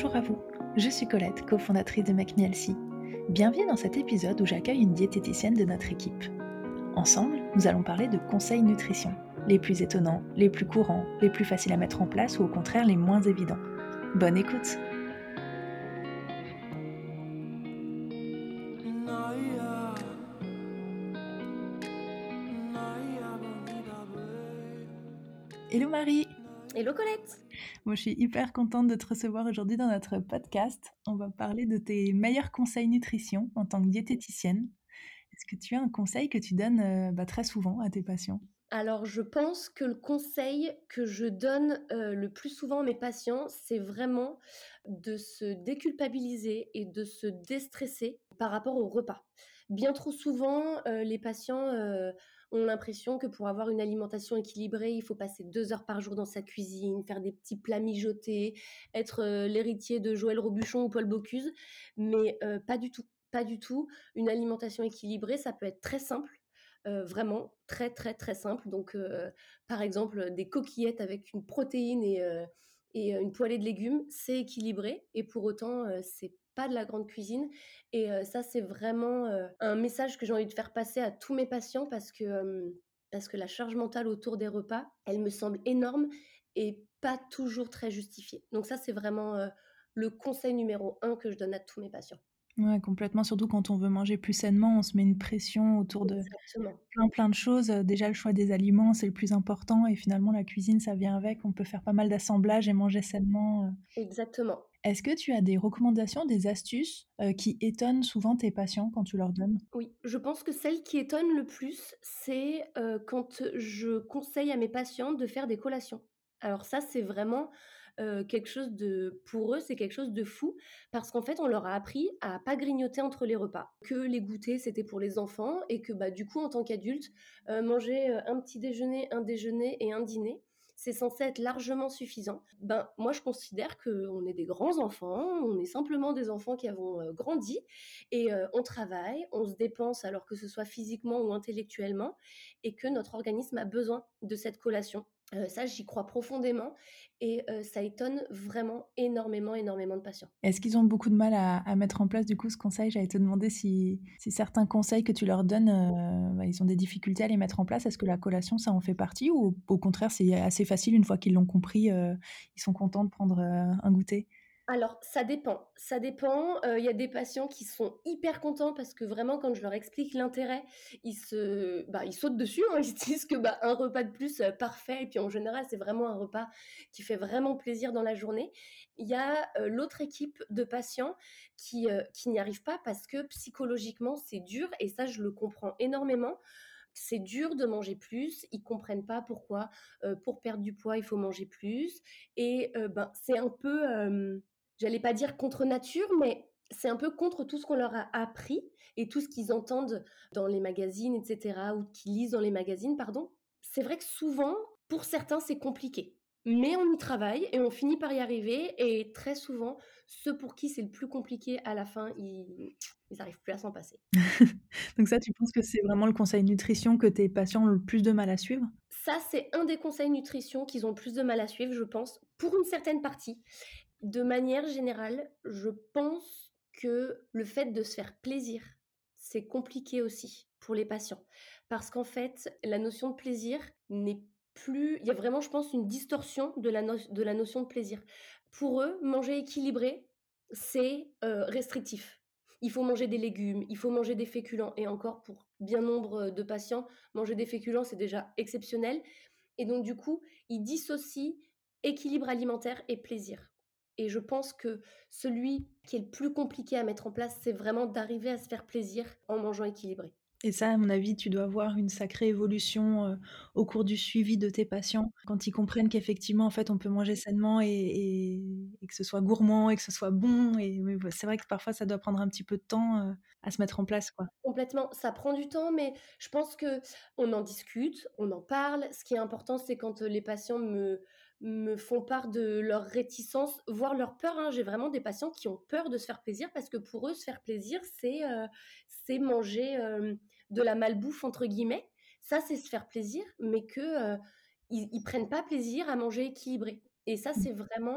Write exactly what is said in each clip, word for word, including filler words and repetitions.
Bonjour à vous, je suis Colette, cofondatrice de Make Me Healthy. Bienvenue dans cet épisode où j'accueille une diététicienne de notre équipe. Ensemble, nous allons parler de conseils nutrition, les plus étonnants, les plus courants, les plus faciles à mettre en place ou au contraire les moins évidents. Bonne écoute! Hello Marie! Hello Colette! Moi, je suis hyper contente de te recevoir aujourd'hui dans notre podcast. On va parler de tes meilleurs conseils nutrition en tant que diététicienne. Est-ce que tu as un conseil que tu donnes euh, bah, très souvent à tes patients? Alors, je pense que le conseil que je donne euh, le plus souvent à mes patients, c'est vraiment de se déculpabiliser et de se déstresser par rapport au repas. Bien trop souvent, euh, les patients euh, ont l'impression que pour avoir une alimentation équilibrée, il faut passer deux heures par jour dans sa cuisine, faire des petits plats mijotés, être euh, l'héritier de Joël Robuchon ou Paul Bocuse, mais euh, pas du tout. Pas du tout. Une alimentation équilibrée, ça peut être très simple. Euh, vraiment très très très simple. Donc, euh, par exemple, des coquillettes avec une protéine et, euh, et une poêlée de légumes, c'est équilibré et pour autant, euh, c'est pas de la grande cuisine. Et euh, ça, c'est vraiment euh, un message que j'ai envie de faire passer à tous mes patients parce que, euh, parce que la charge mentale autour des repas, elle me semble énorme et pas toujours très justifiée. Donc ça, c'est vraiment euh, le conseil numéro un que je donne à tous mes patients. Ouais, complètement. Surtout quand on veut manger plus sainement, on se met une pression autour de Exactement. plein, plein de choses. Euh, Déjà, le choix des aliments, c'est le plus important. Et finalement, la cuisine, ça vient avec. On peut faire pas mal d'assemblages et manger sainement. euh. Exactement. Est-ce que tu as des recommandations, des astuces euh, qui étonnent souvent tes patients quand tu leur donnes? Oui, je pense que celle qui étonne le plus, c'est, heu, quand je conseille à mes patientes de faire des collations. Alors ça, c'est vraiment, heu, quelque chose de pour eux, c'est quelque chose de fou parce qu'en fait, on leur a appris à pas grignoter entre les repas, que les goûters, c'était pour les enfants et que, bah, du coup, en tant qu'adulte, heu, manger, heu, un petit déjeuner, un déjeuner et un dîner, c'est censé être largement suffisant. Ben, moi, je considère qu'on est des grands enfants, on est simplement des enfants qui avons, heu, grandi et euh, on travaille, on se dépense alors que ce soit physiquement ou intellectuellement et que notre organisme a besoin de cette collation. Euh, ça, j'y crois profondément et euh, ça étonne vraiment énormément, énormément de patients. Est-ce qu'ils ont beaucoup de mal à, à mettre en place du coup ce conseil? J'allais te demander si, si certains conseils que tu leur donnes, euh, bah, ils ont des difficultés à les mettre en place. Est-ce que la collation, ça en fait partie ou au contraire, c'est assez facile une fois qu'ils l'ont compris, euh, ils sont contents de prendre euh, un goûter? Alors, ça dépend. Ça dépend. Euh, Il y a des patients qui sont hyper contents parce que vraiment, quand je leur explique l'intérêt, ils se, bah, ils sautent dessus, hein. Ils se disent que bah, un repas de plus, euh, parfait. Et puis en général, c'est vraiment un repas qui fait vraiment plaisir dans la journée. Il y a euh, l'autre équipe de patients qui, euh, qui n'y arrivent pas parce que psychologiquement, c'est dur. Et ça, je le comprends énormément. C'est dur de manger plus, ils comprennent pas pourquoi euh, pour perdre du poids il faut manger plus et euh, ben c'est un peu euh, j'allais pas dire contre nature, mais c'est un peu contre tout ce qu'on leur a appris et tout ce qu'ils entendent dans les magazines, et cetera, ou qu'ils lisent dans les magazines, pardon. C'est vrai que souvent, pour certains, c'est compliqué. Mais on y travaille et on finit par y arriver. Et très souvent, ceux pour qui c'est le plus compliqué, à la fin, ils n'arrivent plus à s'en passer. Donc ça, tu penses que c'est vraiment le conseil nutrition que tes patients ont le plus de mal à suivre? Ça, c'est un des conseils nutrition qu'ils ont le plus de mal à suivre, je pense, pour une certaine partie. De manière générale, je pense que le fait de se faire plaisir, c'est compliqué aussi pour les patients. Parce qu'en fait, la notion de plaisir n'est plus... Il y a vraiment, je pense, une distorsion de la, no- de la notion de plaisir. Pour eux, manger équilibré, c'est euh, restrictif. Il faut manger des légumes, il faut manger des féculents. Et encore, pour bien nombre de patients, manger des féculents, c'est déjà exceptionnel. Et donc, du coup, ils dissocient équilibre alimentaire et plaisir. Et je pense que celui qui est le plus compliqué à mettre en place, c'est vraiment d'arriver à se faire plaisir en mangeant équilibré. Et ça, à mon avis, tu dois voir une sacrée évolution, heu, au cours du suivi de tes patients. Quand ils comprennent qu'effectivement, en fait, on peut manger sainement et et et que ce soit gourmand et que ce soit bon et oui, bah, c'est vrai que parfois ça doit prendre un petit peu de temps, heu, à se mettre en place, quoi. Complètement, ça prend du temps, mais je pense que on en discute, on en parle. Ce qui est important, c'est quand euh, les patients me, me font part de leur réticence, voire leur peur, hein. J'ai vraiment des patients qui ont peur de se faire plaisir parce que pour eux, se faire plaisir, c'est euh, c'est manger euh, de la malbouffe, entre guillemets. Ça, c'est se faire plaisir, mais que euh, ils, ils prennent pas plaisir à manger équilibré. Et ça, c'est vraiment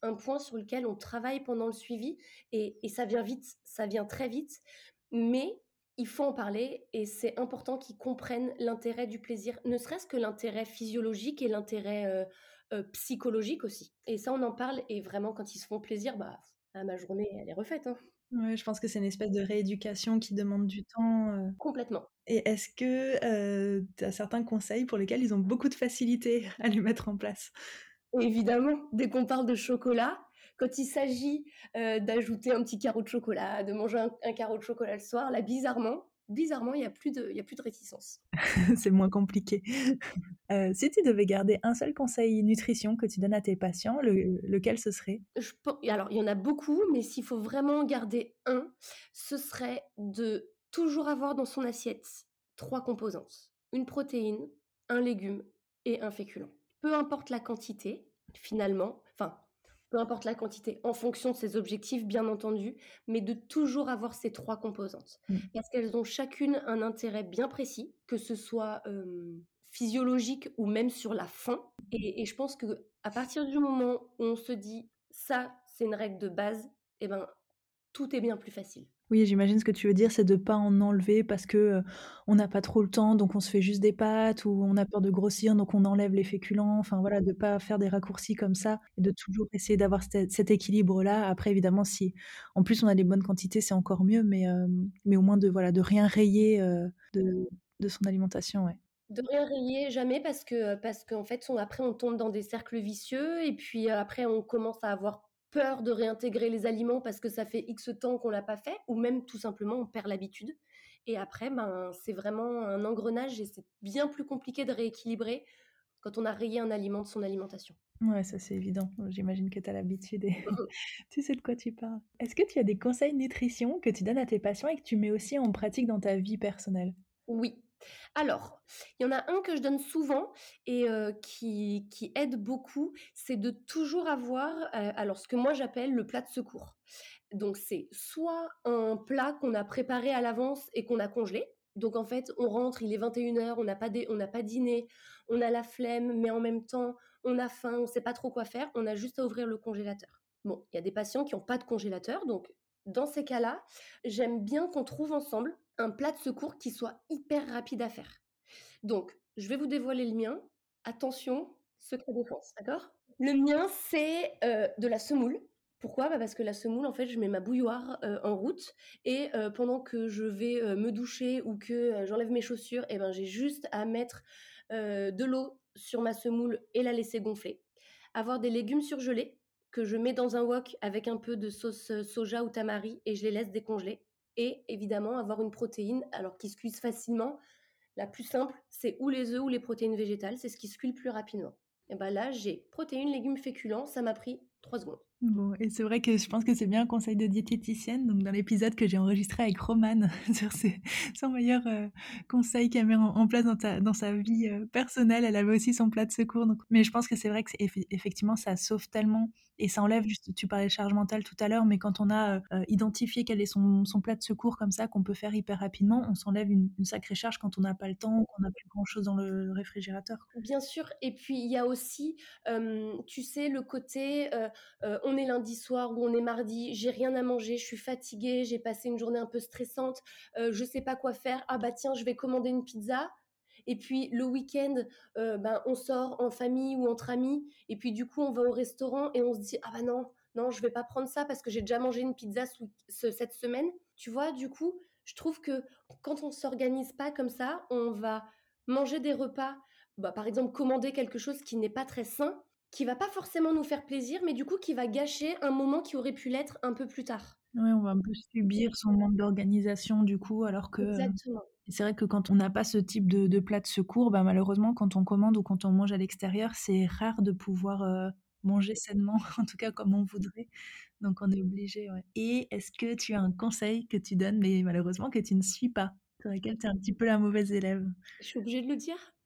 un point sur lequel on travaille pendant le suivi et et ça vient vite, ça vient très vite, mais il faut en parler et c'est important qu'ils comprennent l'intérêt du plaisir, ne serait-ce que l'intérêt physiologique et l'intérêt, heu heu, psychologique aussi et ça, on en parle et vraiment quand ils se font plaisir, bah, ah, ma journée, elle est refaite, hein. Ouais, je pense que c'est une espèce de rééducation qui demande du temps, heu Complètement. et est-ce que, heu, tu as certains conseils pour lesquels ils ont beaucoup de facilité à les mettre en place? Évidemment, dès qu'on parle de chocolat, quand il s'agit, heu, d'ajouter un petit carreau de chocolat, de manger un un carreau de chocolat le soir, là, bizarrement bizarrement, il y a plus de il y a plus de réticence. C'est moins compliqué. Heu, si tu devais garder un seul conseil nutrition que tu donnes à tes patients, le lequel ce serait? Je pen et alors il y en a beaucoup, mais s'il faut vraiment en garder un, ce serait de toujours avoir dans son assiette trois composantes. Une protéine, un légume et un féculent. Peu importe la quantité, finalement, enfin, peu importe la quantité en fonction de ses objectifs bien entendu, mais de toujours avoir ces trois composantes. Mmh. Parce qu'elles ont chacune un intérêt bien précis, que ce soit, hem, physiologique ou même sur la faim et et je pense qu'à partir du moment où on se dit: «Ça, c'est une règle de base», et ben, tout est bien plus facile. Oui, j'imagine ce que tu veux dire, c'est de pas en enlever parce que, heu, on n'a pas trop le temps, donc on se fait juste des pâtes ou on a peur de grossir, donc on enlève les féculents. Enfin voilà, de pas faire des raccourcis comme ça et de toujours essayer d'avoir cet cet équilibre-là. Après évidemment, si en plus on a les bonnes quantités, c'est encore mieux, mais hem, mais au moins de voilà, de rien rayer, heu, de de son alimentation, ouais. De rien rayer, jamais parce que, parce qu'en fait, on après on tombe dans des cercles vicieux et puis, heu, après on commence à avoir peur de réintégrer les aliments parce que ça fait X temps qu'on l'a pas fait ou même tout simplement on perd l'habitude et après, ben, c'est vraiment un engrenage et c'est bien plus compliqué de rééquilibrer quand on a rayé un aliment de son alimentation. Ouais, ça c'est évident. J'imagine que tu as l'habitude et tu sais de quoi tu parles. Est-ce que tu as des conseils nutrition que tu donnes à tes patients et que tu mets aussi en pratique dans ta vie personnelle? Oui. Alors, il y en a un que je donne souvent et heu, qui qui aide beaucoup, c'est de toujours avoir, heu, alors ce que moi j'appelle le plat de secours. Donc c'est soit un plat qu'on a préparé à l'avance et qu'on a congelé. Donc en fait, on rentre, il est vingt et une heures, on n'a pas dé on n'a pas dîné, on a la flemme, mais en même temps, on a faim, on ne sait pas trop quoi faire, on a juste à ouvrir le congélateur. Bon, il y a des patients qui ont pas de congélateur, donc dans ces cas-là, j'aime bien qu'on trouve ensemble un plat de secours qui soit hyper rapide à faire. Donc, je vais vous dévoiler le mien. Attention, secret défense, d'accord? Le mien, c'est, heu, de la semoule. Pourquoi? Bah, parce que la semoule, en fait, je mets ma bouilloire, heu, en route et heu, pendant que je vais, heu, me doucher ou que, heu, j'enlève mes chaussures et ben, j'ai juste à mettre, heu, de l'eau sur ma semoule et la laisser gonfler. Avoir des légumes surgelés que je mets dans un wok avec un peu de sauce, heu, soja ou tamari et je les laisse décongeler et évidemment avoir une protéine, alors qui se cuise facilement. La plus simple, c'est ou les œufs ou les protéines végétales, c'est ce qui se cuit le plus rapidement. Et ben là, j'ai protéines, légumes, féculents, ça m'a pris trois secondes. Bon et c'est vrai que je pense que c'est bien un conseil de diététicienne, donc dans l'épisode que j'ai enregistré avec Romane sur ses son meilleur, heu, conseil qu'elle met en en place dans ta dans sa vie, heu, personnelle, elle avait aussi son plat de secours donc mais je pense que c'est vrai que c'est effe effectivement ça sauve tellement et ça enlève juste tu parlais de charge mentale tout à l'heure, mais quand on a, heu heu, identifié quel est son son plat de secours comme ça, qu'on peut faire hyper rapidement, on s'enlève une une sacrée charge quand on n'a pas le temps ou qu'on n'a plus grand chose dans le réfrigérateur. Bien sûr, et puis il y a aussi, hem, tu sais, le côté, heu heu, on est lundi soir ou on est mardi, j'ai rien à manger, je suis fatiguée, j'ai passé une journée un peu stressante, heu, je sais pas quoi faire. Ah bah tiens, je vais commander une pizza et puis le week-end, heu, ben, on sort en famille ou entre amis et puis du coup, on va au restaurant et on se dit: «Ah bah non, non, je vais pas prendre ça parce que j'ai déjà mangé une pizza ce week ce cette semaine». Tu vois? Du coup, je trouve que quand on s'organise pas comme ça, on va manger des repas, bah, par exemple, commander quelque chose qui n'est pas très sain, qui va pas forcément nous faire plaisir, mais du coup qui va gâcher un moment qui aurait pu l'être un peu plus tard. Ouais, on va un peu subir son manque d'organisation du coup, alors que, heu Exactement. et c'est vrai que quand on n'a pas ce type de de plat de secours, bah, malheureusement quand on commande ou quand on mange à l'extérieur, c'est rare de pouvoir, heu, manger sainement, en tout cas comme on voudrait, donc on est obligé, ouais. Et est-ce que tu as un conseil que tu donnes, mais malheureusement que tu ne suis pas, sur lequel tu es un petit peu la mauvaise élève? Je suis obligée de le dire?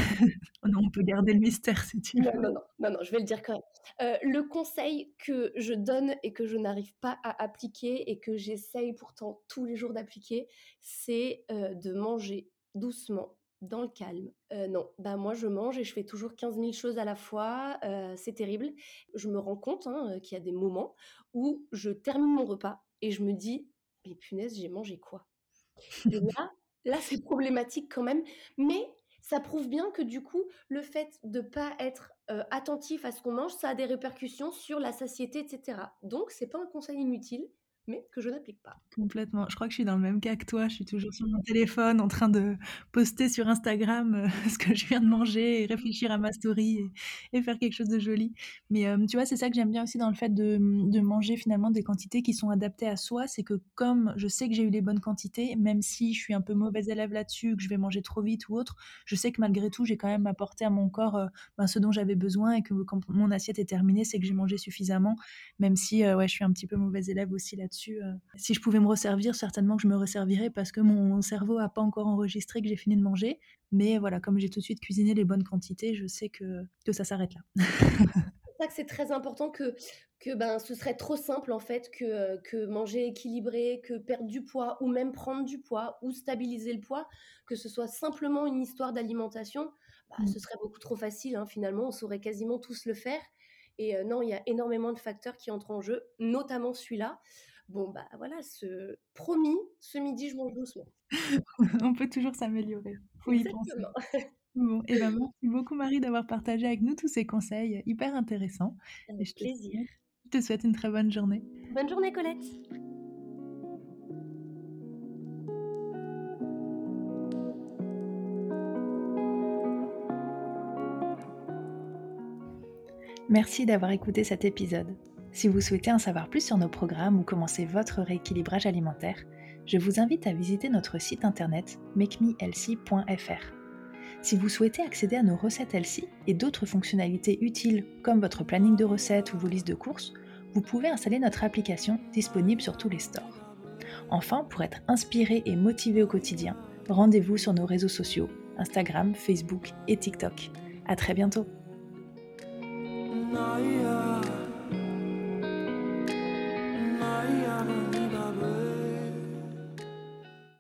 Oh non, on peut garder le mystère si tu Non, veux. non, non, non, non, je vais le dire quand même. Heu, le conseil que je donne et que je n'arrive pas à appliquer et que j'essaye pourtant tous les jours d'appliquer, c'est, heu, de manger doucement, Dans le calme, heu, non. Bah, moi, je mange et je fais toujours quinze mille choses à la fois, heu, c'est terrible. Je me rends compte, hein, heu, qu'il y a des moments où je termine mon repas et je me dis: «Mais punaise, j'ai mangé quoi?» Et là là, c'est problématique quand même, mais ça prouve bien que du coup, le fait de pas être, heu, attentif à ce qu'on mange, ça a des répercussions sur la satiété et cetera. Donc c'est pas un conseil inutile, mais que je n'applique pas. Complètement. Je crois que je suis dans le même cas que toi. Je suis toujours sur mon téléphone en train de poster sur Instagram, heu, ce que je viens de manger et réfléchir à ma story et et faire quelque chose de joli. Mais, hem, tu vois, c'est ça que j'aime bien aussi dans le fait de, mmh, de manger finalement des quantités qui sont adaptées à soi. C'est que comme je sais que j'ai eu les bonnes quantités, même si je suis un peu mauvaise élève là-dessus, que je vais manger trop vite ou autre, je sais que malgré tout, j'ai quand même apporté à mon corps, heu, ben, ce dont j'avais besoin et que quand mon assiette est terminée, c'est que j'ai mangé suffisamment, même si, heu, ouais, je suis un petit peu mauvaise élève aussi là-dessus, heu. Si je pouvais me resservir, certainement que je me resservirais parce que mon cerveau a pas encore enregistré que j'ai fini de manger. Mais voilà, comme j'ai tout de suite cuisiné les bonnes quantités, je sais que que ça s'arrête là. C'est ça que c'est très important que que, ben, ce serait trop simple en fait que, heu, que manger équilibré, que perdre du poids ou même prendre du poids ou stabiliser le poids, que ce soit simplement une histoire d'alimentation, bah, Mmh. ce serait beaucoup trop facile, hein, finalement, on saurait quasiment tous le faire et heu, non, il y a énormément de facteurs qui entrent en jeu, notamment celui-là. Bon, bah, voilà, ce promis, ce midi, je mange doucement. On peut toujours s'améliorer. Faut y penser. Exactement. Bon et ben, merci beaucoup Marie d'avoir partagé avec nous tous ces conseils hyper intéressants et je Avec te plaisir. souhaite je te souhaite une très bonne journée. Bonne journée Colette. Merci d'avoir écouté cet épisode. Si vous souhaitez en savoir plus sur nos programmes ou commencer votre rééquilibrage alimentaire, je vous invite à visiter notre site internet make me healthy point f r. Si vous souhaitez accéder à nos recettes Healthy et d'autres fonctionnalités utiles comme votre planning de recettes ou vos listes de courses, vous pouvez installer notre application disponible sur tous les stores. Enfin, pour être inspiré et motivé au quotidien, rendez-vous sur nos réseaux sociaux, Instagram, Facebook et TikTok. À très bientôt!